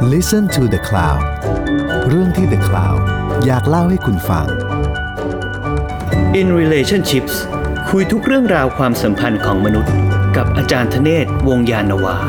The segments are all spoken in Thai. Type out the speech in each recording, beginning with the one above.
Listen to the Cloud เรื่องที่ The Cloud อยากเล่าให้คุณฟัง In Relationships คุยทุกเรื่องราวความสัมพันธ์ของมนุษย์กับอาจารย์ธเนศ วงศ์ยานนาวา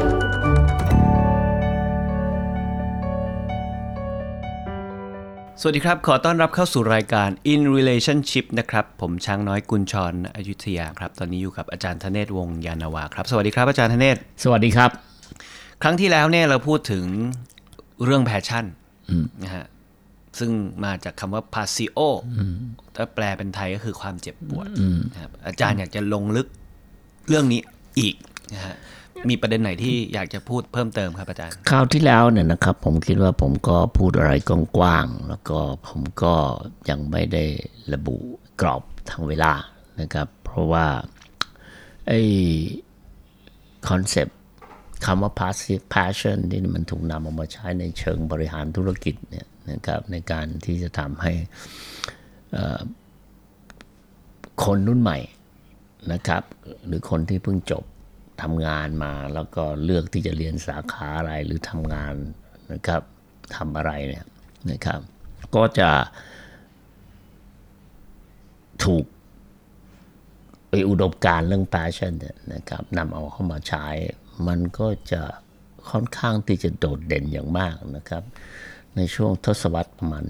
สวัสดีครับขอต้อนรับเข้าสู่รายการ In Relationship นะครับผมช้างน้อยกุลชรอยุธยาครับตอนนี้อยู่กับอาจารย์ธเนศ วงศ์ยานนาวาครับสวัสดีครับอาจารย์ธเนศสวัสดีครับครั้งที่แล้วเนี่ยเราพูดถึงเรื่อง passion นะฮะซึ่งมาจากคำว่า passio ถ้าแปลเป็นไทยก็คือความเจ็บปวดนะครับอาจารย์อยากจะลงลึกเรื่องนี้อีกนะฮะมีประเด็นไหนที่อยากจะพูดเพิ่มเติมครับอาจารย์คราวที่แล้วเนี่ยนะครับผมคิดว่าผมก็พูดอะไรกว้างๆแล้วก็ผมก็ยังไม่ได้ระบุกรอบทางเวลานะครับเพราะว่าไอ้คอนเซปต์คำว่า passive passion นี่มันถูกนำออกมาใช้ในเชิงบริหารธุรกิจเนี่ยนะครับในการที่จะทำให้คนรุ่นใหม่นะครับหรือคนที่เพิ่งจบทำงานมาแล้วก็เลือกที่จะเรียนสาขาอะไรหรือทำงานนะครับทำอะไรเนี่ยนะครับก็จะถูกอุดมการณ์เรื่อง passion เนี่ยนะครับนำเอาเข้ามาใช้มันก็จะค่อนข้างที่จะโดดเด่นอย่างมากนะครับในช่วงทศวรรษประมาณ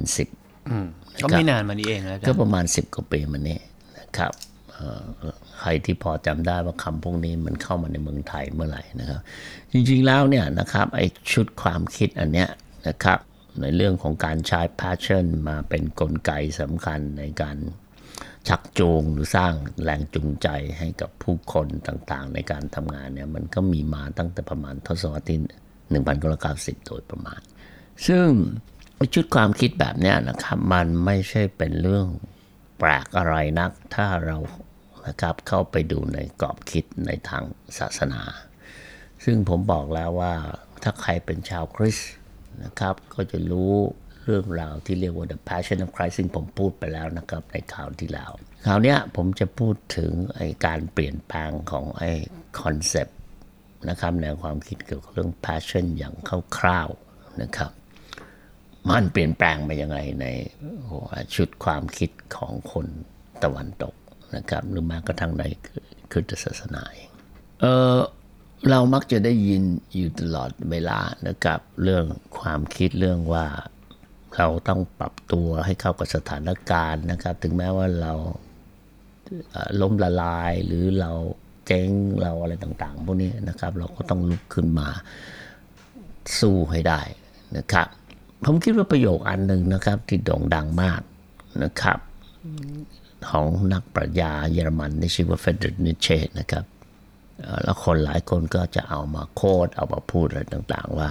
2010 ก็ไม่นานมานี้เองนะก็ประมาณ10 กว่าปีมานี้นะครับใครที่พอจำได้ว่าคำพวกนี้มันเข้ามาในเมืองไทยเมื่อไหร่นะครับจริงๆแล้วเนี่ยนะครับไอ้ชุดความคิดอันเนี้ยนะครับในเรื่องของการใช้ passion มาเป็นกลไกสำคัญในการชักจูงหรือสร้างแรงจูงใจให้กับผู้คนต่างๆในการทำงานเนี่ยมันก็มีมาตั้งแต่ประมาณทศวรรษที่ 1990 โดยประมาณซึ่งชุดความคิดแบบนี้นะครับมันไม่ใช่เป็นเรื่องแปลกอะไรนักถ้าเรานะครับเข้าไปดูในกรอบคิดในทางศาสนาซึ่งผมบอกแล้วว่าถ้าใครเป็นชาวคริสต์นะครับก็จะรู้เรื่องราวที่เรียกว่า The Passion of Christ ซึ่งผมพูดไปแล้วนะครับในข่าวที่แล้วคราวนี้ผมจะพูดถึงไอ้การเปลี่ยนแปลงของไอ้คอนเซปต์นะครับแนวความคิดเกี่ยวกับเรื่อง passion อย่างคร่าวๆนะครับมันเปลี่ยนแปลงไปยังไงในชุดความคิดของคนตะวันตกนะครับหรือแม้กระทั่งในคริสตศาสนาเรามักจะได้ยินอยู่ตลอดเวลานะครับเรื่องความคิดเรื่องว่าเราต้องปรับตัวให้เข้ากับสถานการณ์นะครับถึงแม้ว่าเราล้มละลายหรือเราเจ๊งเราอะไรต่างๆพวกนี้นะครับเราก็ต้องลุกขึ้นมาสู้ให้ได้นะครับผมคิดว่าประโยคอันหนึ่งนะครับที่โด่งดังมากนะครับของนักปรัชญาเยอรมันที่ชื่อว่าเฟเดริก นิเช่นะครับแล้วคนหลายคนก็จะเอามาโค้ดเอามาพูดอะไรต่างๆว่า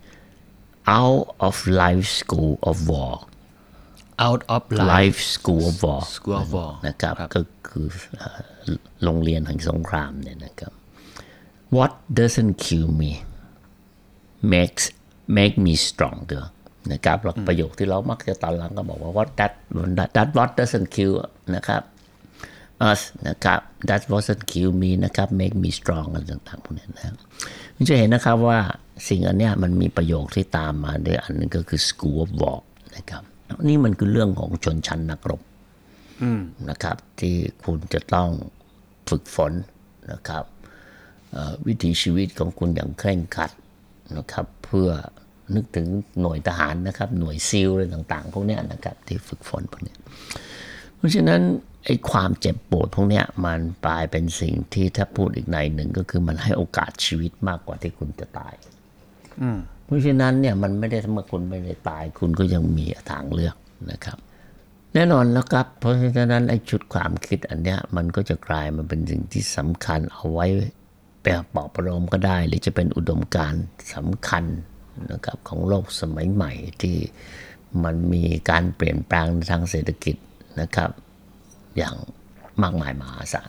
out of life school of war out of life school of war นะครับก็คือโรงเรียนแห่งสงครามเนี่ยนะครับ what doesn't kill me make me stronger นะครับประโยคที่เรามักจะตอนหลังก็บอกว่า what doesn't kill นะครับ us นะครับ that wasn't kill me นะครับ make me strong อะไรต่างๆพวกนี้นะครับคุณจะเห็นนะครับว่าสิ่งอันเนี้ยมันมีประโยคที่ตามมาด้วยอันนึงก็คือ school of war นะครับนี่มันคือเรื่องของชนชั้นนักรบนะครับที่คุณจะต้องฝึกฝนนะครับวิถีชีวิตของคุณอย่างเคร่งครัดนะครับเพื่อนึกถึงหน่วยทหารนะครับหน่วยซีลอะไรต่างๆพวกนี้นะครับที่ฝึกฝนพวกนี้เพราะฉะนั้นไอ้ความเจ็บปวดพวกนี้มันกลายเป็นสิ่งที่ถ้าพูดอีกในหนึ่งก็คือมันให้โอกาสชีวิตมากกว่าที่คุณจะตายเพราะฉะนั้นเนี่ยมันไม่ได้เมื่อคุณไม่ได้ตายคุณก็ยังมีทางเลือกนะครับแน่นอนแล้วครับเพราะฉะนั้นไอ้ชุดความคิดอันเนี้ยมันก็จะกลายมาเป็นสิ่งที่สำคัญเอาไว้ไปปลอบประโลมก็ได้หรือจะเป็นอุดมการณ์สำคัญนะครับของโลกสมัยใหม่ที่มันมีการเปลี่ยนแปลงทางเศรษฐกิจนะครับอย่างมากมายมหาศาล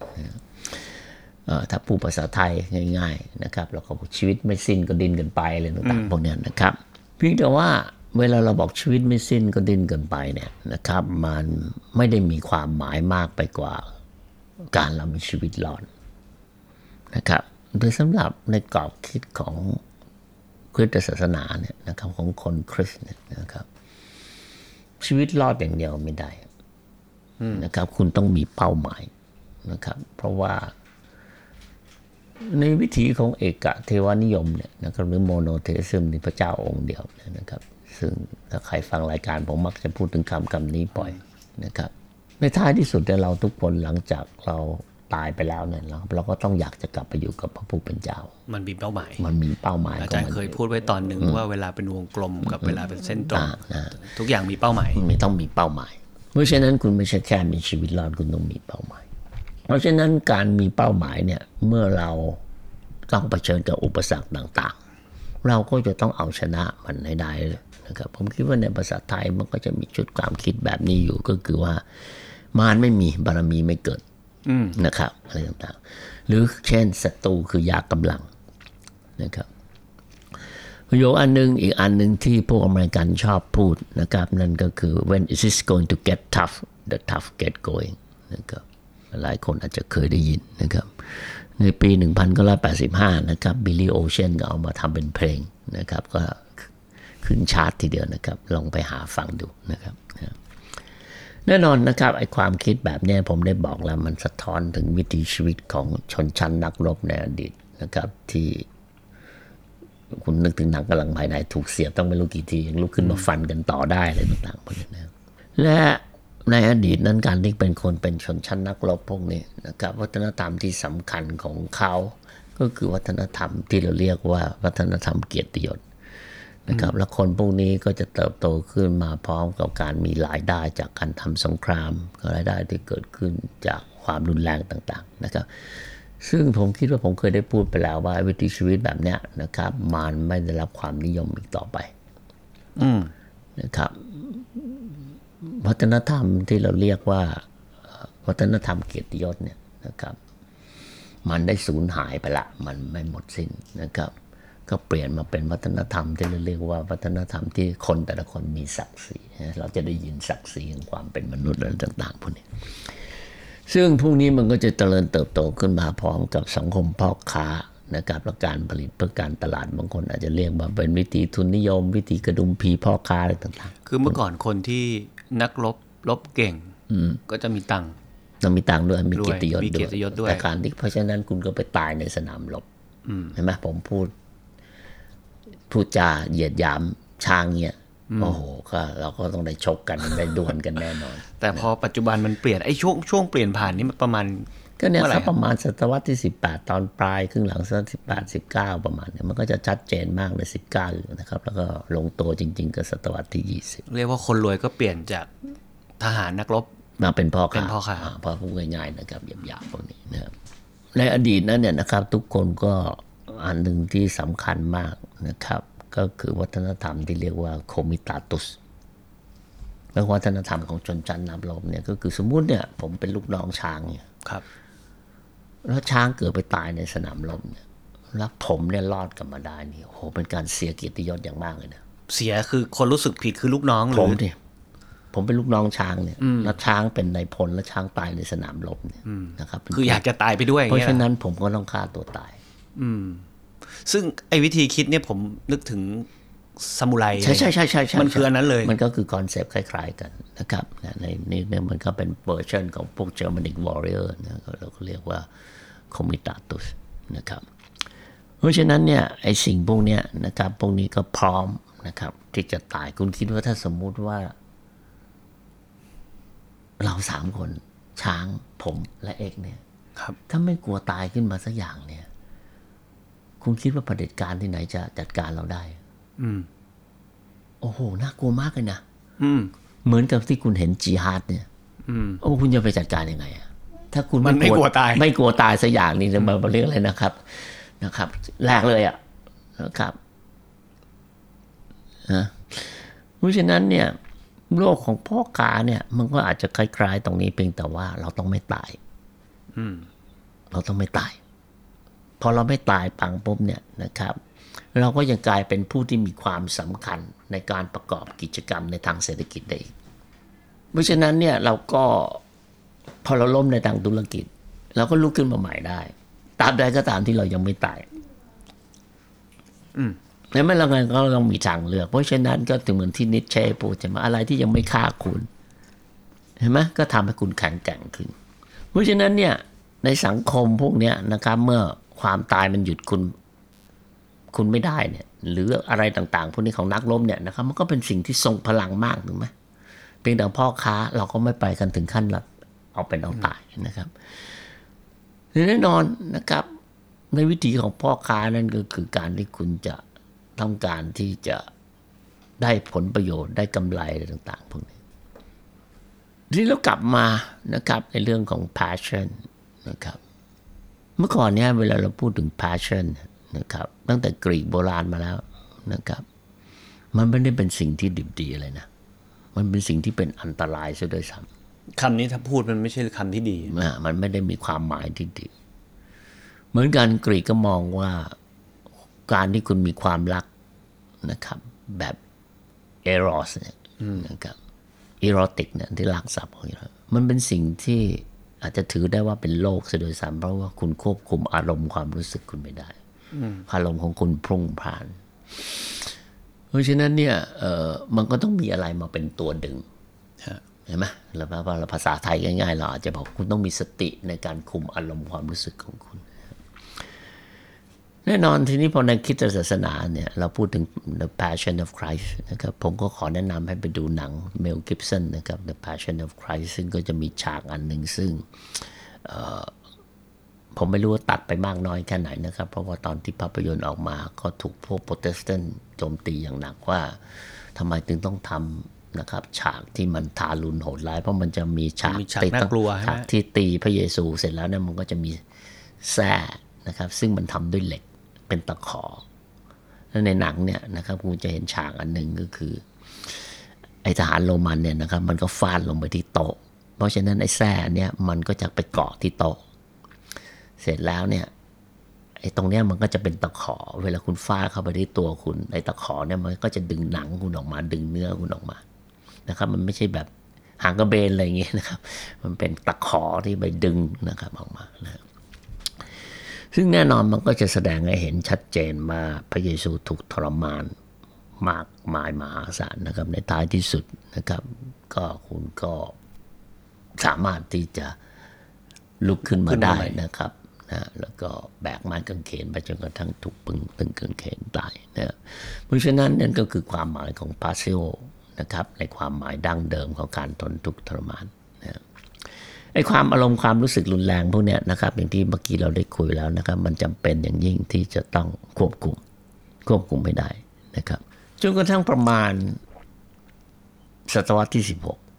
ถ้าพูดภาษาไทยง่ายๆนะครับเราก็บอกชีวิตไม่สิ้นก็ดิ้นกันไปอะไรต่างๆพวกนี้นะครับเพียงแต่ว่าเวลาเราบอกชีวิตไม่สิ้นก็ดิ้นกันไปเนี่ยนะครับมันไม่ได้มีความหมายมากไปกว่าการเรามีชีวิตรอดนะครับโดยสำหรับในกรอบคิดของคริสตศาสนาเนี่ยนะครับของคนคริสต์เนี่ยนะครับชีวิตรอดอย่างเดียวไม่ได้นะครับคุณต้องมีเป้าหมายนะครับเพราะว่าในวิถีของเอกเทวนิยมเนี่ยนะครับหรือโมโนเทอิซึมนี่พระเจ้าองค์เดียวนะครับซึ่งถ้าใครฟังรายการผมมักจะพูดถึงคำนี้บ่อยนะครับในท้ายที่สุดเราทุกคนหลังจากเราตายไปแล้วเนี่ยเราก็ต้องอยากจะกลับไปอยู่กับพระผู้เป็นเจ้ามันมีเป้าหมายอาจารย์เคยพูดไว้ตอนหนึ่งว่าเวลาเป็นวงกลมกับเวลาเป็นเส้นตรงทุกอย่างมีเป้าหมายต้องมีเป้าหมายเพราะฉะนั้นคุณไม่ใช่แค่มีชีวิตรอดคุณต้องมีเป้าหมายเพราะฉะนั้นการมีเป้าหมายเนี่ยเมื่อเราต้องเผชิญกับอุปสรรคต่างๆเราก็จะต้องเอาชนะมันให้ได้นะครับผมคิดว่าในภาษาไทยมันก็จะมีชุดความคิดแบบนี้อยู่ก็คือว่ามารไม่มีบารมีไม่เกิดนะครับอะไรต่างๆหรือเช่นศัตรูคือยากำลังนะครับประโยคอันนึงอีกอันนึงที่พวกอเมริกันชอบพูดนะครับนั่นก็คือ when is this going to get tough the tough get going นะครับหลายคนอาจจะเคยได้ยินนะครับในปี 1985 นะครับบิลลี่โอเชียนก็เอามาทำเป็นเพลงนะครับก็ขึ้นชาร์ตทีเดียวนะครับลองไปหาฟังดูนะครับแน่นอนนะครับไอ้ความคิดแบบนี้ผมได้บอกแล้วมันสะท้อนถึงวิถีชีวิตของชนชั้นนักรบในอดีตนะครับที่คุณนึกถึงหนังกำลังภายในถูกเสียบต้องไม่รู้กี่ทียังลุกขึ้นมาฟันกันต่อได้อะไรต่างๆพวกนี้นะและในอดีตนั้นการที่เป็นคนเป็นชนชั้นนักรบพวกนี้นะครับวัฒนธรรมที่สำคัญของเขาก็คือวัฒนธรรมที่เราเรียกว่าวัฒนธรรมเกียรติยศนะครับและคนพวกนี้ก็จะเติบโตขึ้นมาพร้อมกับการมีรายได้จากการทำสงครามรายได้ที่เกิดขึ้นจากความรุนแรงต่างๆนะครับซึ่งผมคิดว่าผมเคยได้พูดไปแล้วว่าวิถีชีวิตแบบนี้นะครับมันไม่ได้รับความนิยมอีกต่อไปนะครับวัฒนธรรมที่เราเรียกว่าวัฒนธรรมเกียรติยศเนี่ยนะครับมันได้สูญหายไปละมันไม่หมดสิ้นนะครับก็เปลี่ยนมาเป็นวัฒนธรรมที่เราเรียกว่าวัฒนธรรมที่คนแต่ละคนมีศักดิ์ศรีเราจะได้ยินศักดิ์ศรีของความเป็นมนุษย์อะไรต่างๆพวกนี้ซึ่งพวกนี้มันก็จะเจริญเติบโตขึ้นมาพร้อมกับสังคมพ่อค้านะครับและการผลิตเพื่อการตลาดบางคนอาจจะเรียกว่าเป็นวิถีทุนนิยมวิถีกระดุมพีพ่อค้าอะไรต่างๆคือเมื่อก่อนคนที่นักรบเก่งก็จะมีตังค์ด้วยมีเกียรติยศด้วยแต่การที่เพราะฉะนั้นคุณก็ไปตายในสนามรบเห็นไหมผมพูดจาเหยียดหยามช้างเนี่ยโอ้โหก็เราก็ต้องได้ชกกันได้ดวลกันแน่นอนแต่พอปัจจุบันมันเปลี่ยนไอ้ช่วงเปลี่ยนผ่านนี่มันประมาณก็เนี่ยครับประมาณศตวรรษที่18ตอนปลายครึ่งหลังศตวรรษที่18 19ประมาณเนี่ยมันก็จะชัดเจนมากใน19นะครับแล้วก็ลงตัวจริงๆก็ศตวรรษที่20 เรียกว่าคนรวยก็เปลี่ยนจากทหารนักรบมาเป็นพ่อค้าพอพูดง่ายๆนะครับหยาบๆพวกนี้นะครับในอดีตนั้นเนี่ยนะครับทุกคนก็อันหนึ่งที่สำคัญมากนะครับก็คือวัฒนธรรมที่เรียกว่าโคมิตาตุสแล้ววัฒนธรรมของชนชั้นนักรบเนี่ยก็คือสมมุติเนี่ยผมเป็นลูกน้องช้างเนี่ยครับแล้วช้างเกิดไปตายในสนามรบเนี่ยแล้วผมเนี่ยรอดกลับมาได้นี่โอ้โหเป็นการเสียเกียรติยศอย่างมากเลยนะเสียคือคนรู้สึกผิดคือลูกน้องหรือผมเป็นลูกน้องช้างเนี่ยแล้วช้างเป็นนายพลแล้วช้างตายในสนามรบเนี่ยนะครับคืออยากจะตายไปด้วยเพราะฉะนั้นผมก็ต้องฆ่าตัวตายซึ่งไอ้วิธีคิดเนี่ยผมนึกถึงซามูไรใช่มันคืออันนั้นเลยมันก็คือคอนเซปต์คล้ายๆกันนะครับในนี้เนี่ยมันก็เป็นเวอร์ชันของพวก Germanic Warrior นะเราก็เรียกว่า Comitatus นะครับเพราะฉะนั้นเนี่ยไอ้สิ่งพวกเนี้ยนะครับพวกนี้ก็พร้อมนะครับที่จะตายคุณคิดว่าถ้าสมมุติว่าเรา3คนช้างผมและเอกเนี่ยถ้าไม่กลัวตายขึ้นมาสักอย่างเนี่ยคุณคิดว่าเผด็จการที่ไหนจะจัดการเราได้โอ้โหน่ากลัวมากเลยนะเหมือนกับที่คุณเห็นจิฮาดเนี่ยโอ้คุณจะไปจัดการยังไงอะถ้าคุณไม่กลัวตายสักอย่างนี่จะมาเรียกอะไรนะครับแรกเลยอะนะครับนะเพราะฉะนั้นเนี่ยโลกของพ่อค้าเนี่ยมันก็อาจจะคล้ายๆตรงนี้เพียงแต่ว่าเราต้องไม่ตายเราต้องไม่ตายพอเราไม่ตายปังปุ๊บเนี่ยนะครับเราก็ยังกลายเป็นผู้ที่มีความสำคัญในการประกอบกิจกรรมในทางเศรษฐกิจได้เพราะฉะนั้นเนี่ยเราก็พอเราล้มในทางธุรกิจเราก็ลุกขึ้นมาใหม่ได้ตราบใดก็ตามที่เรายังไม่ตายแล้วไม่ละไงก็ต้องมีทางเลือกเพราะฉะนั้นก็ถึงเหมือนที่นิทเช่พูดใช่ไหมอะไรที่ยังไม่ฆ่าคุณเห็นไหมก็ทำให้คุณแข็งแกร่งขึ้นเพราะฉะนั้นเนี่ยในสังคมพวกนี้นะครับเมื่อความตายมันหยุดคุณไม่ได้เนี่ยหรืออะไรต่างๆพวกนี้ของนักรบเนี่ยนะครับมันก็เป็นสิ่งที่ทรงพลังมากถูกไหมเพียงแต่พ่อค้าเราก็ไม่ไปกันถึงขั้นละเอาเป็นเอาตายนะครับแน่นอนนะครับในวิถีของพ่อค้านั่นก็คือการที่คุณจะต้องการที่จะได้ผลประโยชน์ได้กำไรอะไรต่างๆพวกนี้ทีนี้เรากลับมานะครับในเรื่องของ passion นะครับเมื่อก่อนเนี่ยเวลาเราพูดถึง passion นะครับตั้งแต่กรีกโบราณมาแล้วนะครับมันไม่ได้เป็นสิ่งที่ดิบดีอะไรนะมันเป็นสิ่งที่เป็นอันตรายซะด้วยซ้ำคำนี้ถ้าพูดมันไม่ใช่คำที่ดีมันไม่ได้มีความหมายที่ดีเหมือนกันกรีกก็มองว่าการที่คุณมีความรักนะครับแบบเอโรสเนี่ยนะครับอีโรติกเนี่ยที่รักศัพท์ของมันเป็นสิ่งที่อาจจะถือได้ว่าเป็นโลกซะโดยซ้ำเพราะว่าคุณควบคุมอารมณ์ความรู้สึกคุณไม่ได้อารมณ์ของคุณพรุ่งพล่านเพราะฉะนั้นเนี่ยมันก็ต้องมีอะไรมาเป็นตัวดึงเห็นไหมแล้วภาษาไทยง่ายๆเราอาจจะบอกคุณต้องมีสติในการคุมอารมณ์ความรู้สึกของคุณแน่นอนทีนี้พอในคริสตศาสนาเนี่ยเราพูดถึง The Passion of Christ นะครับผมก็ขอแนะนำให้ไปดูหนังเมลกิฟสันนะครับ The Passion of Christ ซึ่งก็จะมีฉากอันหนึ่งซึ่งผมไม่รู้ว่าตัดไปมากน้อยแค่ไหนนะครับเพราะว่าตอนที่ภาพยนตร์ออกมาก็ถูกพวกโปรเตสแตนต์โจมตีอย่างหนักว่าทำไมถึงต้องทำนะครับฉากที่มันทารุณโหดร้ายเพราะมันจะมีฉากน่ากลัวฉากที่ตีพระเยซูเสร็จแล้วเนี่ยมันก็จะมีแส้นะครับซึ่งมันทำด้วยเหล็กเป็นตะขอแล้วในหนังเนี่ยนะครับคุณจะเห็นฉากอันหนึ่งก็คือไอ้ทหารโรมันเนี่ยนะครับมันก็ฟาดลงไปที่โต๊ะเพราะฉะนั้นไอ้แส้เนี่ยมันก็จะไปเกาะที่โต๊ะเสร็จแล้วเนี่ยไอ้ตรงเนี้ยมันก็จะเป็นตะขอเวลาคุณฟาดเข้าไปที่ตัวคุณไอ้ตะขอเนี่ยมันก็จะดึงหนังคุณออกมาดึงเนื้อคุณออกมานะครับมันไม่ใช่แบบหางกระเบนอะไรอย่างเงี้ยนะครับมันเป็นตะขอที่ไปดึงนะครับออกมานะซึ่งแน่นอนมันก็จะแสดงให้เห็นชัดเจนว่าพระเยซูถูกทรมานมากมายมหาศาลนะครับในท้ายที่สุดนะครับก็คุณก็สามารถที่จะลุกขึ้นมาได้นะครับนะแล้วก็แบกไม้กางเขนไปจนกระทั่งถูกตึงกางเขนตายนะเพราะฉะนั้นนั่นก็คือความหมายของพาซิโอนะครับในความหมายดั้งเดิมของการทนทุกข์ทรมานนะไอ้ความอารมณ์ความรู้สึกรุนแรงพวกนี้นะครับอย่างที่เมื่อกี้เราได้คุยแล้วนะครับมันจำเป็นอย่างยิ่งที่จะต้องควบคุมไม่ได้นะครับจนกระทั่งประมาณศตวรรษที่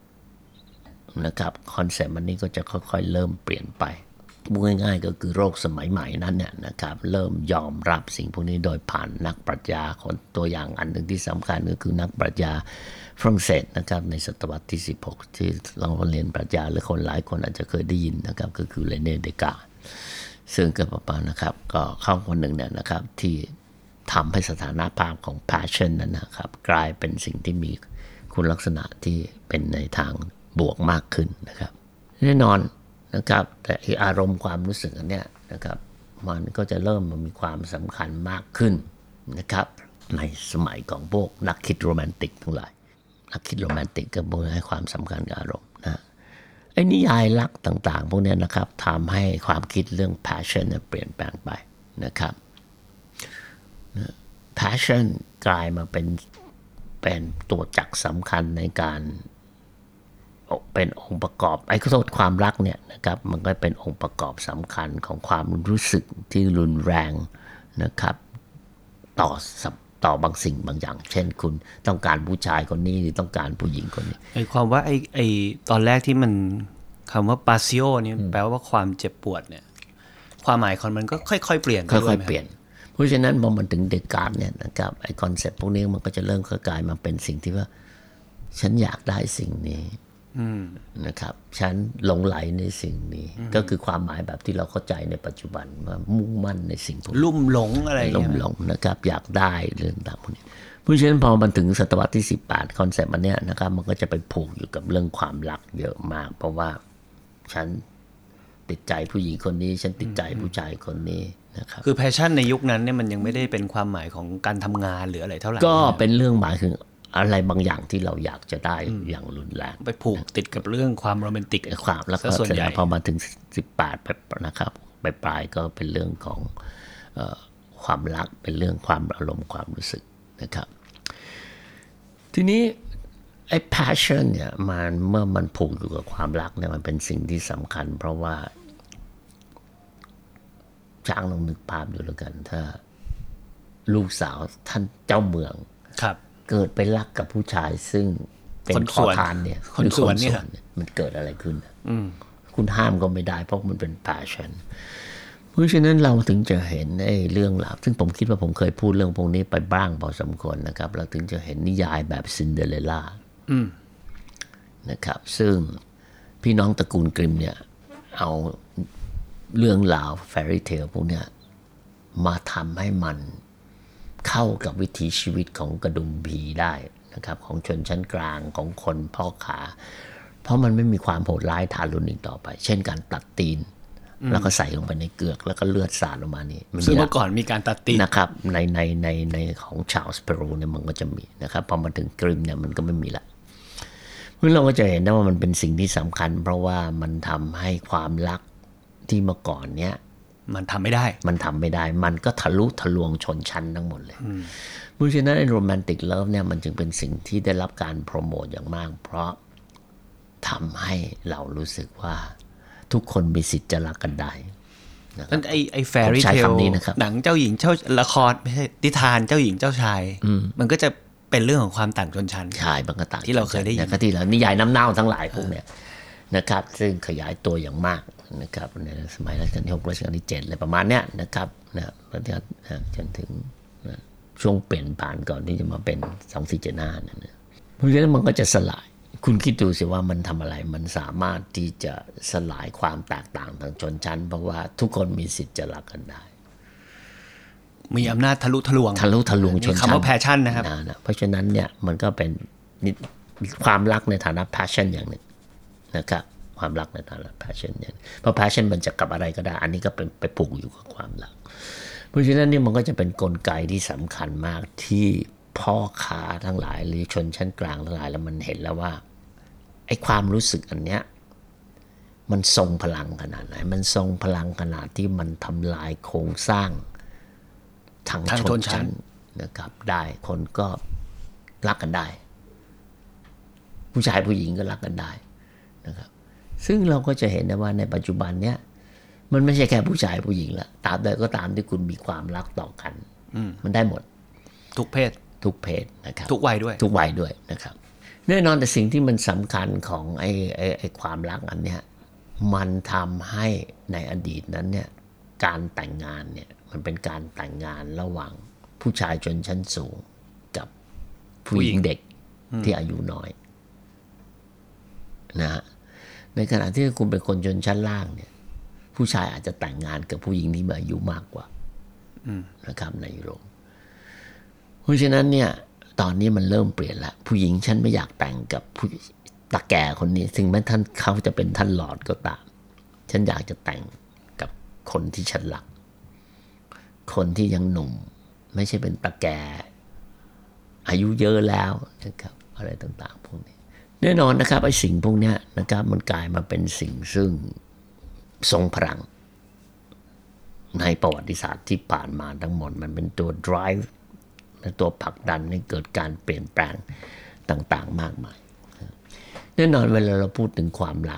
16นะครับคอนเซ็ปต์มันนี้ก็จะค่อยๆเริ่มเปลี่ยนไปพูดง่ายๆก็คือโลกสมัยใหม่นั้นเนี่ยนะครับเริ่มยอมรับสิ่งพวกนี้โดยผ่านนักปรัชญาคนตัวอย่างอันหนึ่งที่สำคัญก็คือนักปรัชญาฝรั่งเศสนะครับในศตวรรษที่16ที่เราเรียนปรัชญาหรือคนหลายคนอาจจะเคยได้ยินนะครับก็คือเรเน่เดกาซึ่งก็ประมาณนะครับก็เข้าคนหนึ่งเนี่ยนะครับที่ทำให้สถานะภาพของ passion นั้นนะครับกลายเป็นสิ่งที่มีคุณลักษณะที่เป็นในทางบวกมากขึ้นนะครับแน่นอนนะครับแต่อารมณ์ความรู้สึกอันเนี้ยนะครับมันก็จะเริ่มมีความสำคัญมากขึ้นนะครับในสมัยของพวกนักคิดโรแมนติกทั้งหลายนักคิดโรแมนติกก็ให้ความสำคัญกับอารมณ์นะไอ้นิยายรักต่างๆพวกนี้นะครับทำให้ความคิดเรื่อง passion เปลี่ยนแปลงไปนะครับ passion กลายมาเป็นตัวจักรสำคัญในการเป็นองค์ประกอบไอ้โทษความรักเนี่ยนะครับมันก็เป็นองค์ประกอบสำคัญของความรู้สึกที่รุนแรงนะครับต่อบางสิ่งบางอย่างเช่นคุณต้องการผู้ชายคนนี้หรือต้องการผู้หญิงคนนี้ไอ้ความว่าไอ้ตอนแรกที่มันคำว่า pasio นี่แปลว่าความเจ็บปวดเนี่ยความหมายของมันก็ค่อยๆเปลี่ยนค่อยๆเปลี่ยนเพราะฉะนั้นพอมันถึงเดการ์ตเนี่ยนะครับไอ้คอนเซ็ปต์พวกนี้มันก็จะเริ่มกลายมาเป็นสิ่งที่ว่าฉันอยากได้สิ่งนี้นะครับฉันหลงไหลในสิ่งนี้ก็คือความหมายแบบที่เราเข้าใจในปัจจุบันว่ามุ่งมั่นในสิ่งพวกนี้ลุ่มหลงอะไรลุ่มหลงนะครับอยากได้เรื่องต่างพวกนี้เพราะฉะนั้นพอมันถึงศตวรรษที่18คอนเซ็ปต์อันเนี้ยนะครับมันก็จะไปผูกอยู่กับเรื่องความรักเยอะมากเพราะว่าฉันติดใจผู้หญิงคนนี้ฉันติดใจผู้ชายคนนี้นะครับคือแพชชั่นในยุคนั้นเนี่ยมันยังไม่ได้เป็นความหมายของการทำงานหรืออะไรเท่าไหร่ก็เป็นเรื่องหมายถึงอะไรบางอย่างที่เราอยากจะได้อย่างรุนแรงไปผูกติดกับเรื่องความโรแมนติกความแล้วก็ส่วนใหญ่พอมาถึง18ไปนะครับปลายก็เป็นเรื่องของความรักเป็นเรื่องความอารมณ์ความรู้สึกนะครับทีนี้ไอ้ passion เนี่ยมันเมื่อมันผูกอยู่กับความรักเนี่ยมันเป็นสิ่งที่สำคัญเพราะว่าช้างลองนึกภาพดูแล้วกันถ้าลูกสาวท่านเจ้าเมืองเกิดไปรักกับผู้ชายซึ่งเป็นขอทานเนี่ยคนสวนเนี่ยมันเกิดอะไรขึ้นคุณห้ามก็ไม่ได้เพราะมันเป็น passion เพราะฉะนั้นเราถึงจะเห็นไอ้เรื่องราวซึ่งผมคิดว่าผมเคยพูดเรื่องพวกนี้ไปบ้างพอสมควรนะครับเราถึงจะเห็นนิยายแบบซินเดอเรลล่านะครับซึ่งพี่น้องตระกูลกริมเนี่ยเอาเรื่องราวแฟรี่เทลพวกเนี้ยมาทำให้มันเข้ากับวิถีชีวิตของกระดุมผีได้นะครับของชนชั้นกลางของคนพ่อขาเพราะมันไม่มีความโหดร้ายทารุณอีกต่อไปเช่นการตัดตีนแล้วก็ใส่ลงไปในเกือกแล้วก็เลือดสาดลงมานี่ซึ่งเมื่อก่อนมีการตัดตีนนะครับในของชาร์ลส์เปโรเนี่ยมันก็จะมีนะครับพอมาถึงกริมเนี่ยมันก็ไม่มีละเพราะเราก็จะเห็นได้ว่ามันเป็นสิ่งที่สำคัญเพราะว่ามันทำให้ความรักที่เมื่อก่อนเนี่ยมันทำไม่ได้มันก็ทะลุทะลวงชนชั้นทั้งหมดเลยเพราะฉะนั้นโรแมนติกเลิฟเนี่ยมันจึงเป็นสิ่งที่ได้รับการโปรโมทอย่างมากเพราะทำให้เรารู้สึกว่าทุกคนมีสิทธิ์จะรักกันได้นั่นไอ้แฟรี่เทลหนังเจ้าหญิงเจ้าละครไม่ใช่นิทานเจ้าหญิงเจ้าชายมันก็จะเป็นเรื่องของความต่างชนชั้นใช่บางก็ต่างที่เราเคยได้ยินที่เรานิยายน้ำเน่าทั้งหลายพวกเนี้ยนะครับซึ่งขยายตัวอย่างมากนะครับในสมัยรัชกาลที่6รัชกาลที่7อะไรประมาณเนี้ยนะครับนะจนถึงช่วงเปลี่ยนผ่านก่อนที่จะมาเป็น2475นั่นนะเพราะฉะนั้นมันก็จะสลายคุณคิดดูสิว่ามันทำอะไรมันสามารถที่จะสลายความแตกต่างทางชนชั้นเพราะว่าทุกคนมีสิทธิ์จะรักกันได้มีอำนาจทะลุทะลวงชนชั้นคำว่าแพชชั่นนะครับเพราะฉะนั้นเนี่ยมันก็เป็นความรักในฐานะ passion อย่างหนึ่งนะครับความรักในฐานะ passion อย่างเพราะ passion มันจะกับอะไรก็ได้อันนี้ก็เป็นไปผูกอยู่กับความรักเพราะฉะนั้นนี่มันก็จะเป็นกลไกที่สำคัญมากที่พ่อค้าทั้งหลายหรือชนชั้นกลางทั้งหลายแล้วมันเห็นแล้วว่าไอ้ความรู้สึกอันเนี้ยมันทรงพลังขนาดไหนมันทรงพลังขนาดที่มันทำลายโครงสร้างทางชนชั้นนะครับได้คนก็รักกันได้ผู้ชายผู้หญิงก็รักกันได้นะครับซึ่งเราก็จะเห็นได้ว่าในปัจจุบันเนี้ยมันไม่ใช่แค่ผู้ชายผู้หญิงละตามใดก็ตามที่คุณมีความรักต่อกันมันได้หมดทุกเพศนะครับทุกวัยด้วยนะครับแน่นอนแต่สิ่งที่มันสำคัญของไอ้ความรักอันเนี้ยมันทำให้ในอดีตนั้นเนี่ยการแต่งงานเนี่ยมันเป็นการแต่งงานระหว่างผู้ชายชนชั้นสูงกับผู้หญิงเด็กที่อายุน้อยนะฮะในขณะที่คุณเป็นคนชนชั้นล่างเนี่ยผู้ชายอาจจะแต่งงานกับผู้หญิงที่มีอายุมากกว่านะครับในยุโรปเพราะฉะนั้นเนี่ยตอนนี้มันเริ่มเปลี่ยนละผู้หญิงฉันไม่อยากแต่งกับผู้ตาแก่คนนี้ถึงแม้ท่านเขาจะเป็นท่านหลอร์ดก็ตามฉันอยากจะแต่งกับคนที่ฉันรักคนที่ยังหนุ่มไม่ใช่เป็นตาแก่อายุเยอะแล้วนะครับอะไรต่างๆพวกนี้แน่นอนนะครับไอ้สิ่งพวกนี้นะครับมันกลายมาเป็นสิ่งซึ่งทรงพลังในประวัติศาสตร์ที่ผ่านมาทั้งหมดมันเป็นตัว drive ตัวผลักดันให้เกิดการเปลี่ยนแปลงต่างๆมากมายแน่นอนเวลาเราพูดถึงความรัก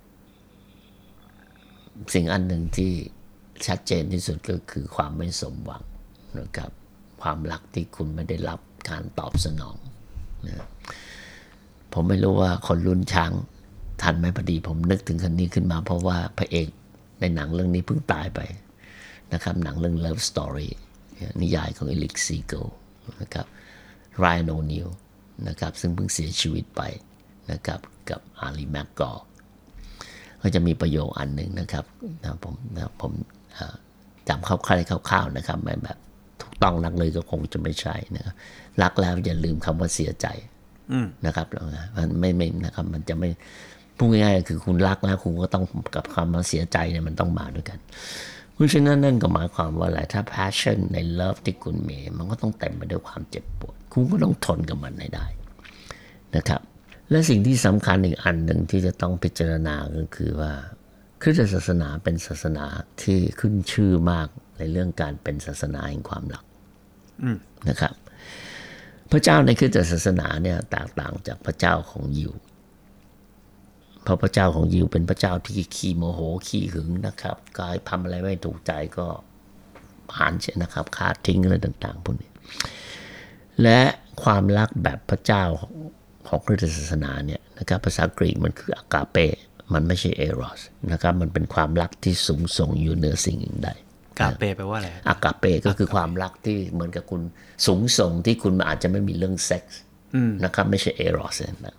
สิ่งอันหนึ่งที่ชัดเจนที่สุดก็คือความไม่สมหวังนะครับความรักที่คุณไม่ได้รับการตอบสนองนะผมไม่รู้ว่าคนรุ่นช้างทันไหมพอดีผมนึกถึงคนนี้ขึ้นมาเพราะว่าพระเอกในหนังเรื่องนี้เพิ่งตายไปนะครับหนังเรื่อง Love Story นิยายของเอลิกซีเกิลนะครับไรอัน โอนิลนะครับซึ่งเพิ่งเสียชีวิตไปนะครับกับอารีแมกกอร์ก็จะมีประโยคอันหนึ่งนะครับผมจำคร่าวๆนะครับไม่แบบถูกต้องนักเลยก็คงจะไม่ใช่นะครับรักแล้วอย่าลืมคำว่าเสียใจนะครับมันไม่นะครับมันจะไม่พูดง่ายๆคือคุณรักแล้วคุณก็ต้องกับความเสียใจเนี่ยมันต้องมาด้วยกันเพราะฉะนั้นนั่นก็หมายความว่าอะไรถ้า passion ใน love ที่คุณมีมันก็ต้องเต็มไปด้วยความเจ็บปวดคุณก็ต้องทนกับมันให้ได้นะครับและสิ่งที่สำคัญอีกอันหนึ่งที่จะต้องพิจารณาก็คือว่าคริสตศาสนาเป็นศาสนาที่ขึ้นชื่อมากในเรื่องการเป็นศาสนาแห่งความรักนะครับพระเจ้าในคริสตศาสนาเนี่ยแตกต่างจากพระเจ้าของยิวเพราะพระเจ้าของยิวเป็นพระเจ้าที่ขี้โมโหขี้หึงนะครับกายทำอะไรไม่ถูกใจก็ผ่านใช่นะครับฆ่าทิ้งอะไรต่างๆพวกนี้และความรักแบบพระเจ้าของคริสตศาสนาเนี่ยนะครับภาษากรีกมันคืออากาเปมันไม่ใช่เอโรสนะครับมันเป็นความรักที่สูงส่งอยู่เหนือสิ่งอื่นใดกาเปแปลว่าอะไรอากาเปก็คือความรักที่เหมือนกับคุณสูงส่งที่คุณอาจจะไม่มีเรื่องเซ็กส์นะครับไม่ใช่เอโรสนะ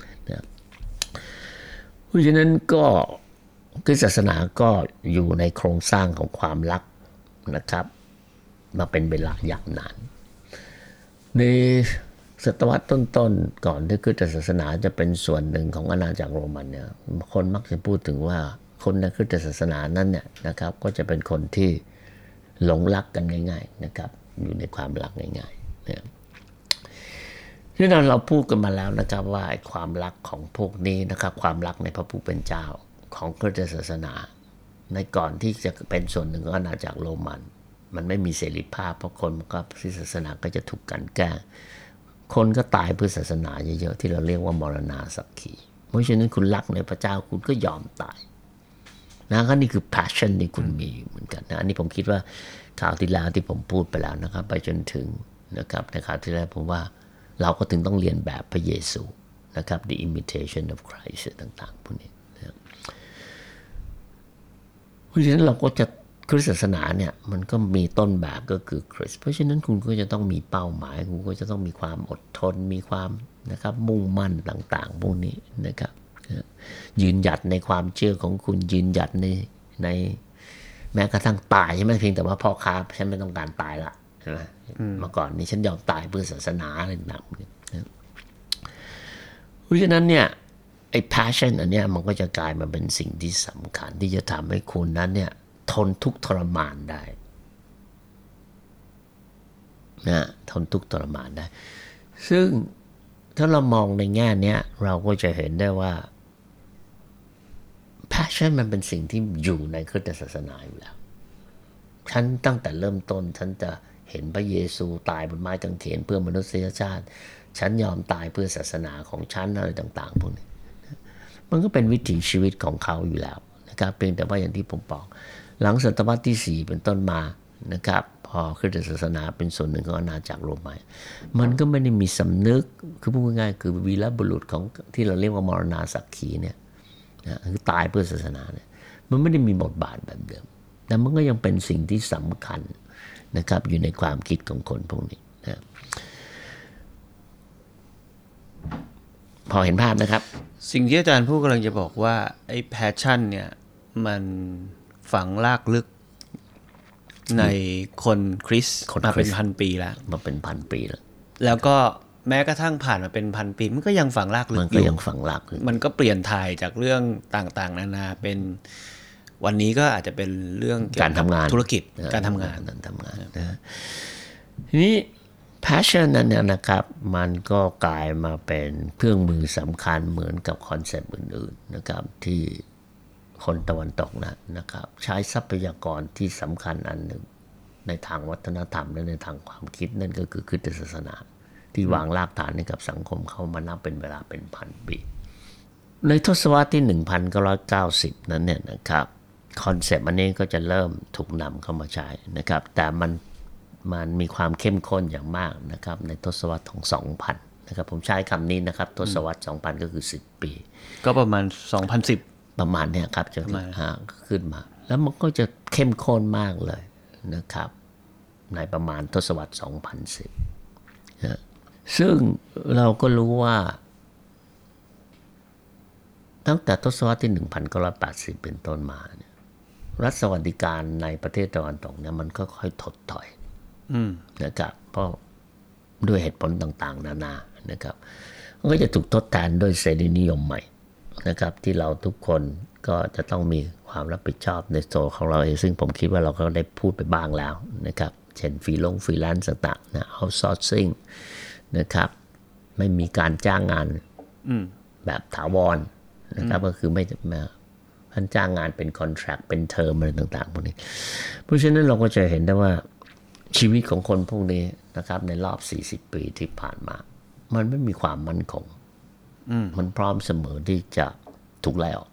เพราะฉะนั้นก็คริสตศาสนาก็อยู่ในโครงสร้างของความรักนะครับมาเป็นเวลายาวนานในศตวรรษต้นๆก่อนที่คริสตศาสนาจะเป็นส่วนหนึ่งของอาณาจักรโรมันเนี่ยคนมักจะพูดถึงว่าคนในคริสตศาสนานั้นเนี่ยนะครับก็จะเป็นคนที่หลงรักกันง่ายๆนะครับอยู่ในความรักง่ายๆนะที่เราพูดกันมาแล้วนะครับว่าความรักของพวกนี้นะครับความรักในพระผู้เป็นเจ้าของคริสตศาสนาในก่อนที่จะเป็นส่วนหนึ่งของอาณาจักรโรมันไม่มีเสรีภาพเพราะคนก็ศาสนาก็จะถูกกันแกล้งคนก็ตายเพื่อศาสนาเยอะๆที่เราเรียกว่ามรณาสักขีเพราะฉะนั้นคุณรักในพระเจ้าคุณก็ยอมตายนะก็นี่คือ passion ที่คุณมีเหมือนกันนะอันนี้ผมคิดว่าข่าวที่แล้วที่ผมพูดไปแล้วนะครับไปจนถึงนะครับในข่าวที่แล้วผมว่าเราก็ถึงต้องเรียนแบบพระเยซูนะครับ the imitation of Christ ต่างๆพวกนี้นะเพราะฉะนั้นเราก็จะคริสตศาสนาเนี่ยมันก็มีต้นแบบก็คือคริสต์เพราะฉะนั้นคุณก็จะต้องมีเป้าหมายคุณก็จะต้องมีความอดทนมีความนะครับมุ่งมั่นต่างๆพวกนี้นะครับยืนหยัดในความเชื่อของคุณยืนหยัดในแม้กระทั่งตายใช่ไหมเพียงแต่ว่าพ่อค้าฉันไม่ต้องการตายละใช่ไหมเมื่อก่อนนี้ฉันยอมตายเพื่อศาสนาอะไรต่างๆเพราะฉะนั้นเนี่ยไอ้ passion อันเนี้ยมันก็จะกลายมาเป็นสิ่งที่สำคัญที่จะทำให้คุณนั้นเนี่ยทนทุกข์ทรมานได้นะทนทุกข์ทรมานได้ซึ่งถ้าเรามองในแง่นี้เราก็จะเห็นได้ว่า passion มันเป็นสิ่งที่อยู่ในคริสตศาสนาอยู่แล้วฉันตั้งแต่เริ่มต้นฉันจะเห็นพระเยซูตายบนไม้กางเขนเพื่อมนุษยชาติฉันยอมตายเพื่อศาสนาของฉันอะไรต่างๆพวกนี้มันก็เป็นวิถีชีวิตของเขาอยู่แล้วนะครับเพียงแต่ว่าอย่างที่ผมบอกหลังศตวรรษที่4เป็นต้นมานะครับพอคริสตศาสนาเป็นส่วนหนึ่งของอาณาจักรโรมันมันก็ไม่ได้มีสำนึกคือพูดง่ายๆคือวีรบุรุษของที่เราเรียกว่ามรณาสักขีเนี่ยนะคือตายเพื่อศาสนาเนี่ยมันไม่ได้มีบทบาทแบบเดิมแต่มันก็ยังเป็นสิ่งที่สำคัญนะครับอยู่ในความคิดของคนพวกนี้นะพอเห็นภาพนะครับสิ่งที่อาจารย์พูดกำลังจะบอกว่าไอ้แพชชั่นเนี่ยมันฝังรากลึกในคนคริสต์มาเป็นพันปีแล้วมาเป็นพันปีแล้วก็แม้กระทั่งผ่านมาเป็นพันปีมันก็ยังฝังรากลึกอยู่มันก็ยังฝังรากลึกมันก็เปลี่ยนถ่ายจากเรื่องต่างๆนานาเป็นวันนี้ก็อาจจะเป็นเรื่องการทำงานธุรกิจการทำงานนะทีนี้ passion นั้นเนี่ยนะครับมันก็กลายมาเป็นเครื่องมือสำคัญเหมือนกับคอนเซปต์อื่นๆนะครับที่คนตะวันตกนะครับใช้ทรัพยากรที่สำคัญอันหนึ่งในทางวัฒนธรรมและในทางความคิดนั่นก็คือคริสตศาสนาที่วางรากฐานให้กับสังคมเขามานับเป็นเวลาเป็นพันปีในทศวรรษที่ 1990 นั้นเนี่ยนะครับคอนเซปต์อันนี้ก็จะเริ่มถูกนำเข้ามาใช้นะครับแต่มันมีความเข้มข้นอย่างมากนะครับในทศวรรษของ 2000 นะครับผมใช้คำนี้นะครับทศวรรษ 2000 ก็คือ10 ปีก็ประมาณ 2010 ประมาณเนี่ยครับจะขึ้นมาแล้วมันก็จะเข้มข้นมากเลยนะครับในประมาณทศวรรษ 2010 นะซึ่งเราก็รู้ว่าตั้งแต่ทศวรรษที่ 1980 เป็นต้นมาเนี่ยรัฐสวัสดิการในประเทศตะวันตกเนี่ยมันก็ค่อยถดถอยนะครับเพราะด้วยเหตุผลต่างๆนานานะครับมันก็จะถูกทดแทนด้วยเสรีนิยมใหม่นะครับที่เราทุกคนก็จะต้องมีความรับผิดชอบในตัวของเราเองซึ่งผมคิดว่าเราก็ได้พูดไปบ้างแล้วนะครับเช่นฟรีแลนซ์ต่างๆนะ outsourcing นะครับไม่มีการจ้างงานแบบถาวรนะครับก็คือไม่ท่านจ้างงานเป็น contract เป็น term อะไรต่างๆพวกนี้เพราะฉะนั้นเราก็จะเห็นได้ว่าชีวิตของคนพวกนี้นะครับในรอบ40ปีที่ผ่านมามันไม่มีความมั่นคงมันพร้อมเสมอที่จะถูกไล่ออก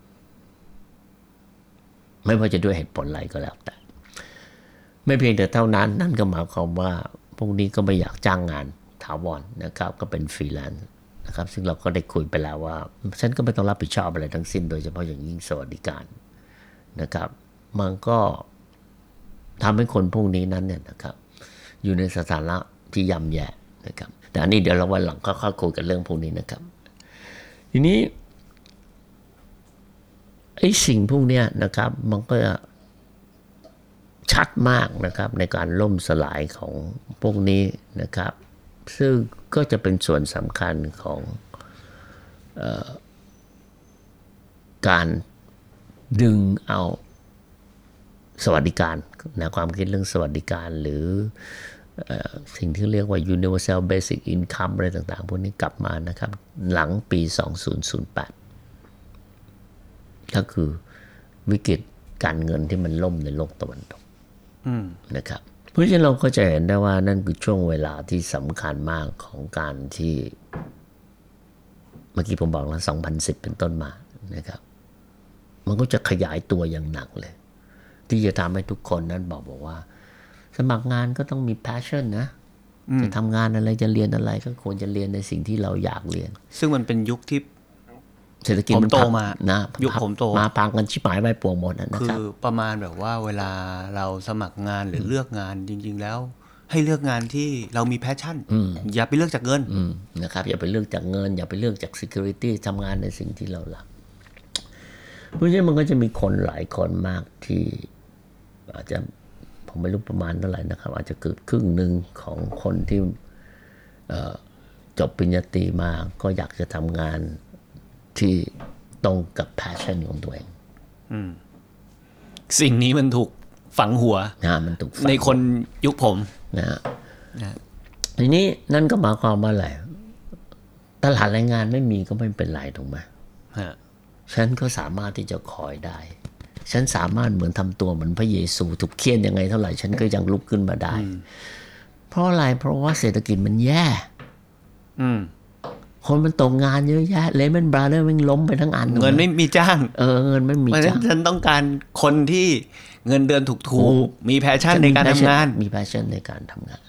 ไม่ว่าจะด้วยเหตุผลอะไรก็แล้วแต่ไม่เพียงแต่เท่านั้นนั่นก็หมายความว่าพวกนี้ก็ไม่อยากจ้างงานถาวรนะครับก็เป็นฟรีแลนซ์นะครับซึ่งเราก็ได้คุยไปแล้วว่าฉันก็ไม่ต้องรับผิดชอบอะไรทั้งสิ้นโดยเฉพาะอย่างยิ่งสวัสดิการนะครับมันก็ทำให้คนพวกนี้นั้นเนี่ยนะครับอยู่ในสถานะที่ย่ำแย่นะครับแต่อันนี้เดี๋ยวเราวันหลังค่อยๆคุยกันเรื่องพวกนี้นะครับทีนี้ไอ้สิ่งพวกนี้นะครับมันก็ชัดมากนะครับในการล่มสลายของพวกนี้นะครับซึ่งก็จะเป็นส่วนสำคัญของการดึงเอาสวัสดิการนะความคิดเรื่องสวัสดิการหรือสิ่งที่เรียกว่า universal basic income อะไรต่างๆพวกนี้กลับมานะครับหลังปี 2008ก็คือวิกฤตการเงินที่มันล่มในโลกตะวันตกนะครับเพราะฉะนั้นเราก็จะเห็นได้ว่านั่นคือช่วงเวลาที่สำคัญมากของการที่เมื่อกี้ผมบอกแล้ว2010เป็นต้นมานะครับมันก็จะขยายตัวอย่างหนักเลยที่จะทำให้ทุกคนนั้นบอกว่าสมัครงานก็ต้องมี passion นะจะทำงานอะไรจะเรียนอะไรก็ควรจะเรียนในสิ่งที่เราอยากเรียนซึ่งมันเป็นยุคที่เศรษฐกิจมันโตมานะยุคผมโตมาพังกันชิบหายไปปวงหมดนะครับคือประมาณแบบว่าเวลาเราสมัครงานหรือเลือกงานจริงๆแล้วให้เลือกงานที่เรามี passion อย่าไปเลือกจากเงินนะครับอย่าไปเลือกจากเงินอย่าไปเลือกจาก security ทำงานในสิ่งที่เรารักเพราะฉะนั้นมันก็จะมีคนหลายคนมากที่อาจจะผมไม่รู้ประมาณเท่าไหร่นะครับอาจจะเกิดครึ่งหนึ่งของคนที่จบปริญญาตรีมาก็อยากจะทำงานที่ตรงกับ passion ของตัวเองสิ่งนี้มันถูกฝังหัวมันถูกในคนยุคผมนะทีนี้นั่นก็หมายความว่าอะไรตลาดแรงงานไม่มีก็ไม่เป็นไรถูกไหมฉันก็สามารถที่จะคอยได้ฉันสามารถเหมือนทำตัวเหมือนพระเยซูถูกเฆี่ยนยังไงเท่าไหร่ฉันก็ยังลุกขึ้นมาได้เพราะอะไรเพราะว่าเศรษฐกิจมันแย่คนมันตกงานเยอะแยะเลมอนบราเธอร์มันล้มไปทั้งอันเงินไม่มีจ้างเงินไม่มีจ้างฉันต้องการคนที่เงินเดือนถูกๆมีแพชชั่นในการทำงานมีแพชชั่นในการทำงาน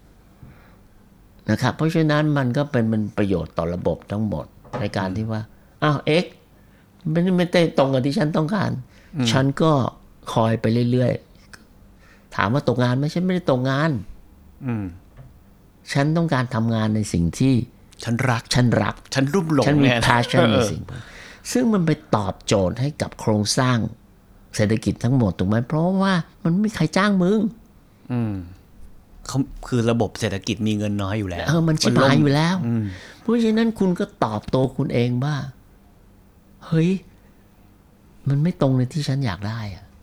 นะครับเพราะฉะนั้นมันก็เป็นประโยชน์ต่อระบบทั้งหมดในการที่ว่าอ้าวไม่ได้ตรงกับที่ฉันต้องการฉันก็คอยไปเรื่อยๆถามว่าตกงานไหมฉันไม่ได้ตกงานฉันต้องการทำงานในสิ่งที่ฉันรักฉันรุ่มหลงฉันมี passion ในสิ่งซึ่งมันไปตอบโจทย์ให้กับโครงสร้างเศรษฐกิจทั้งหมดถูกไหมเพราะว่ามันไม่มีใครจ้างมึงเขาคือระบบเศรษฐกิจมีเงินน้อยอยู่แล้วมันชิบหายอยู่แล้วเพราะฉะนั้นคุณก็ตอบโตคุณเองว่าเฮ้ยมันไม่ตรงในที่ฉันอยากได้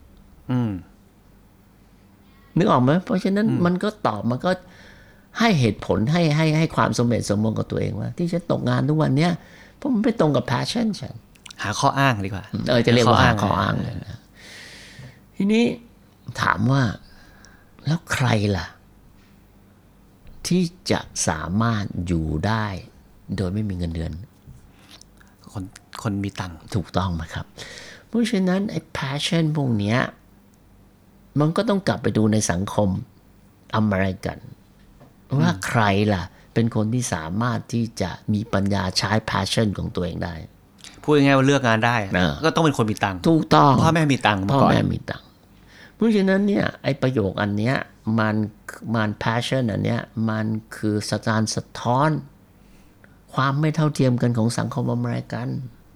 นึกออกไหมเพราะฉะนั้นมันก็ตอบมันก็ให้เหตุผลให้ความสมเหตุสมผลกับตัวเองว่าที่ฉันตกงานทุกวันเนี้ยเพราะมันไม่ตรงกับ passion ฉันหาข้ออ้างดีกว่าจะเรียกว่าหาข้ออ้างเลยนะทีนี้ถามว่าแล้วใครล่ะที่จะสามารถอยู่ได้โดยไม่มีเงินเดือนคนมีตังค์ถูกต้องไหมครับเพราะฉะนั้นไอ้ passion พวกเนี้ยมันก็ต้องกลับไปดูในสังคมอเมริกันว่าใครล่ะเป็นคนที่สามารถที่จะมีปัญญาใช้ passion ของตัวเองได้พูดง่ายๆว่าเลือกงานได้ก็ต้องเป็นคนมีตังค์ถูกต้องพ่อแม่มีตังค์พ่อแม่มีตังค์เพราะฉะนั้นเนี่ยไอ้ประโยคอันเนี้ยมัน passion อันเนี้ยมันคือการสะท้อนความไม่เท่าเทียมกันของสังคมอเมริกัน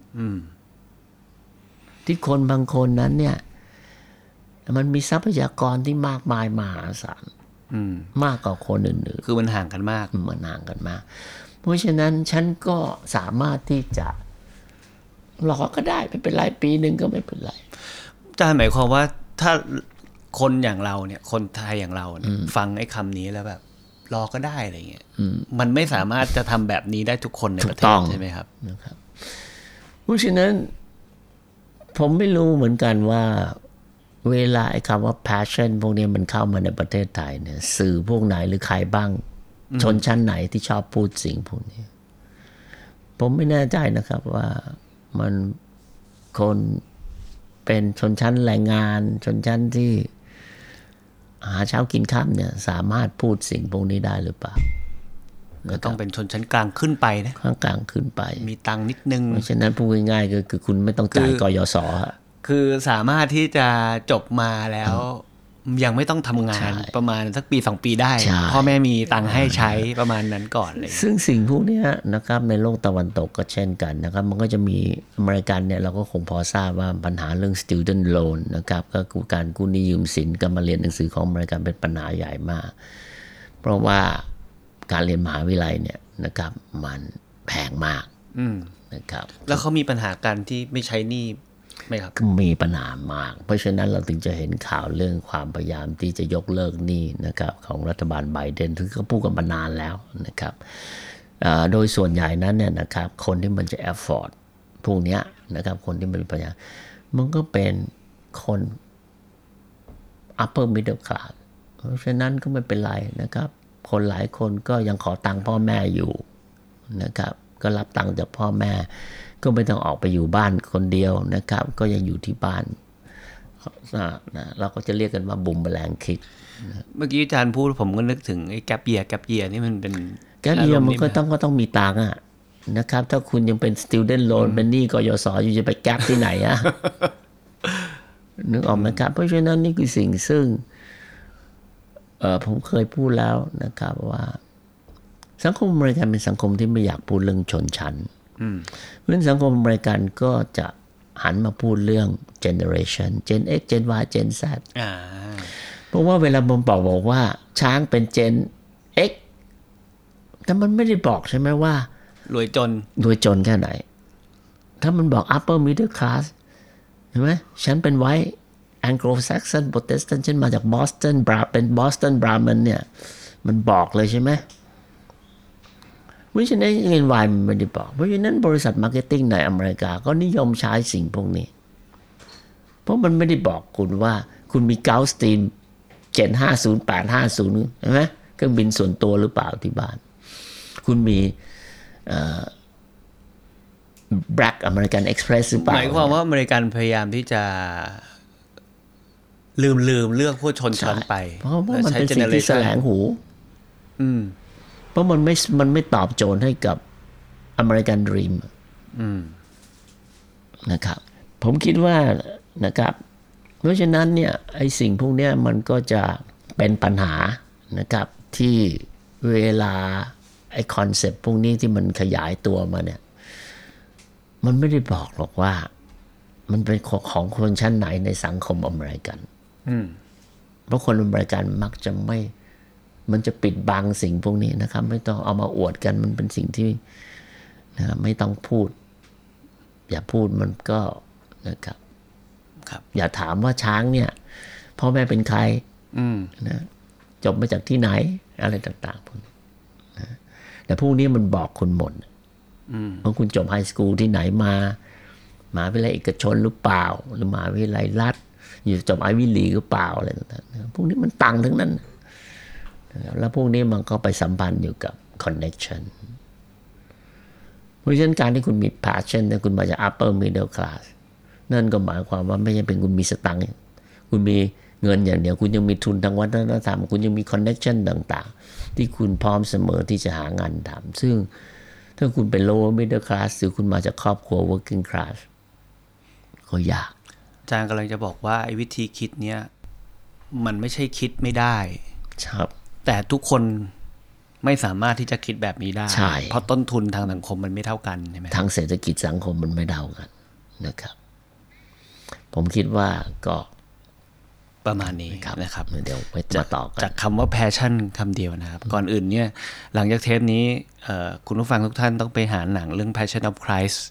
ที่คนบางคนนั้นเนี่ยมันมีทรัพยากรที่มากมายมหาศาลมากกว่าคนอื่นๆคือมันห่างกันมากเพราะฉะนั้นฉันก็สามารถที่จะรอก็ได้ไม่เป็นไรปีนึงก็ไม่เป็นไรอาจารย์หมายความว่าถ้าคนอย่างเราเนี่ยคนไทยอย่างเราเนี่ยฟังไอ้คำนี้แล้วแบบรอก็ได้อะไรเงี้ยมันไม่สามารถจะทำแบบนี้ได้ทุกคนในประเทศใช่ไหมครับนะครับเพราะฉะนั้นผมไม่รู้เหมือนกันว่าเวลาไอ้คำว่า passion พวกนี้มันเข้ามาในประเทศไทยเนี่ยสื่อพวกไหนหรือใครบ้างชนชั้นไหนที่ชอบพูดสิ่งพวกนี้ผมไม่แน่ใจนะครับว่ามันคนเป็นชนชั้นแรงงานชนชั้นที่หาเช้ากินค่ำเนี่ยสามารถพูดสิ่งพวกนี้ได้หรือเปล่าก็ต้องเป็นชนชั้นกลางขึ้นไปนะกลางขึ้นไปมีตังค์นิดนึงเพราะฉะนั้นพูดง่ายๆก็คือคุณไม่ต้องจ่ายกยศ. คือสามารถที่จะจบมาแล้วยังไม่ต้องทำงานประมาณสักปี2ปีได้พ่อแม่มีตังค์ให้ใช้ประมาณนั้นก่อนเลยซึ่งสิ่งพวกนี้นะครับในโลกตะวันตกก็เช่นกันนะครับมันก็จะมีอเมริกันเนี่ยเราก็คงพอทราบว่าปัญหาเรื่อง student loan นะครับก็คือการกู้หนี้ยืมสินการมาเรียนหนังสือของอเมริกันเป็นปัญหาใหญ่มากเพราะว่าการเรียนมหาวิทยาลัยเนี่ยนะครับมันแพงมากนะครับแล้วเขามีปัญหาการที่ไม่ใช้หนี้ไหมครับมีปัญหามากเพราะฉะนั้นเราถึงจะเห็นข่าวเรื่องความพยายามที่จะยกเลิกหนี้นะครับของรัฐบาลไบเดนซึ่งก็พูดกันมานานแล้วนะครับโดยส่วนใหญ่นั้นเนี่ยนะครับคนที่มันจะ afford พวกนี้นะครับคนที่มันมีปัญญามันก็เป็นคน upper middle class เพราะฉะนั้นก็ไม่เป็นไรนะครับคนหลายคนก็ยังขอตังค์พ่อแม่อยู่นะครับก็รับตังค์จากพ่อแม่ก็ไม่ต้องออกไปอยู่บ้านคนเดียวนะครับก็ยังอยู่ที่บ้านนะเราก็จะเรียกกันว่าบุมแมลงคิดเมื่อกี้อาจารย์พูดผมก็นึกถึงไอ้แกปเยียร์นี่มันเป็นแกปเยียร์มันก็ต้องมีตังค์นะครับถ้าคุณยังเป็น student loan เป็นหนี้กยศ.อยู่จะไปแกปที่ไหนนึกออกไหมครับเพราะฉะนั้นนี่คือสิ่งซึ่งผมเคยพูดแล้วนะครับว่าสังคมอเมริกันเป็นสังคมที่ไม่อยากพูดเรื่องชนชั้นเพราะฉะนั้นสังคมอเมริกันก็จะหันมาพูดเรื่อง generation Gen X Gen Y Gen Z เพราะว่าเวลาผมบอกว่าช้างเป็น Gen X แต่มันไม่ได้บอกใช่ไหมว่ารวยจนแค่ไหนถ้ามันบอก upper middle class เห็นไหมฉันเป็น white Anglo-Saxon Protestant ฉันมาจาก Boston เป็น Boston Brahmin เนี่ยมันบอกเลยใช่ไหมเพราะฉะนั้นเงินวายมันไม่ได้บอกเพราะฉะนั้นบริษัทมาร์เก็ตติ้งในอเมริกาก็นิยมใช้สิ่งพวกนี้เพราะมันไม่ได้บอกคุณว่าคุณมีเกาสตีน750 850ใช่ไหมเครื่องบินส่วนตัวหรือเปล่าที่บ้านคุณมีBlack American Express หรือเปล่าหมายความว่าอเมริกันพยายามที่จะลืมเรื่องพวกชนชั้นไปเพราะว่ามันเป็นสิ่งที่แสลงหูเพราะมันไม่ตอบโจทย์ให้กับ American Dream นะครับผมคิดว่านะครับเพราะฉะนั้นเนี่ยไอ้สิ่งพวกนี้มันก็จะเป็นปัญหานะครับที่เวลาไอ้คอนเซ็ปต์พวกนี้ที่มันขยายตัวมาเนี่ยมันไม่ได้บอกหรอกว่ามันเป็นของคนชั้นไหนในสังคมอเมริกันเพราะคนอเมริกันมักจะไม่มันจะปิดบังสิ่งพวกนี้นะครับไม่ต้องเอามาอวดกันมันเป็นสิ่งที่นะไม่ต้องพูดอย่าพูดมันก็นะครับอย่าถามว่าช้างเนี่ยพ่อแม่เป็นใครนะจบมาจากที่ไหนอะไรต่างๆพวกนี้นะแต่พวกนี้มันบอกคุณหมดว่าคุณจบไฮสคูลที่ไหนมามหาวิทยาลัยเอกชนหรือเปล่าหรือมหาวิทยาลัยรัฐอยู่จบไอวิลีหรือเปล่าอะไรต่างๆพวกนี้มันตังทั้งนั้นแล้วพวกนี้มันก็ไปสัมพันธ์อยู่กับ connection เพราะฉะนั้นการที่คุณมี passion เนี่ยคุณมาจาก upper middle class นั่นก็หมายความว่าไม่ใช่เป็นคุณมีสตังค์คุณมีเงินอย่างเดียวคุณยังมีทุนทางวัฒนธรรมคุณยังมี connection ต่างๆที่คุณพร้อมเสมอที่จะหางานทำซึ่งถ้าคุณเป็น lower middle class หรือคุณมาจากครอบครัว working class ก็ยากอาจารย์กำลังจะบอกว่าไอ้วิธีคิดเนี้ยมันไม่ใช่คิดไม่ได้ครับแต่ทุกคนไม่สามารถที่จะคิดแบบนี้ได้เพราะต้นทุนทางสังคมมันไม่เท่ากันใช่ไหมทางเศรษฐกิจสังคมมันไม่เท่ากันนะครับผมคิดว่าก็ประมาณนี้นะครับเดี๋ยวไปมาต่อกันจากคำว่า passion คำเดียวนะครับก่อนอื่นเนี่ยหลังจากเทปนี้คุณผู้ฟังทุกท่านต้องไปหาหนังเรื่อง Passion of Christ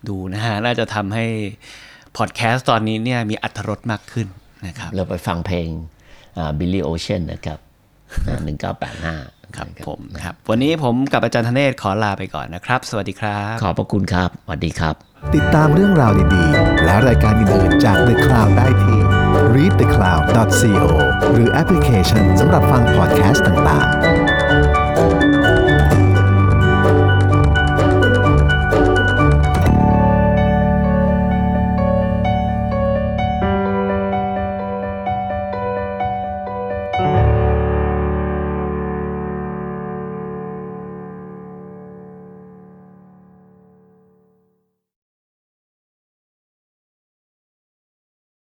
ดูนะฮะน่าจะทำให้พอดแคสต์ตอนนี้เนี่ยมีอรรถรสมากขึ้นนะครับเราไปฟังเพลงบิลลี่โอเชียนนะครับ1985 ครับผมครับวันนี้ผมกับอาจารย์ธเนศขอลาไปก่อนนะครับสวัสดีครับขอบพระคุณครับสวัสดีครับติดตามเรื่องราวดีๆและรายการอื่นๆจาก The Cloud ได้ที่ readthecloud.co หรือแอปพลิเคชันสำหรับฟังพอดแคสต์ต่างๆ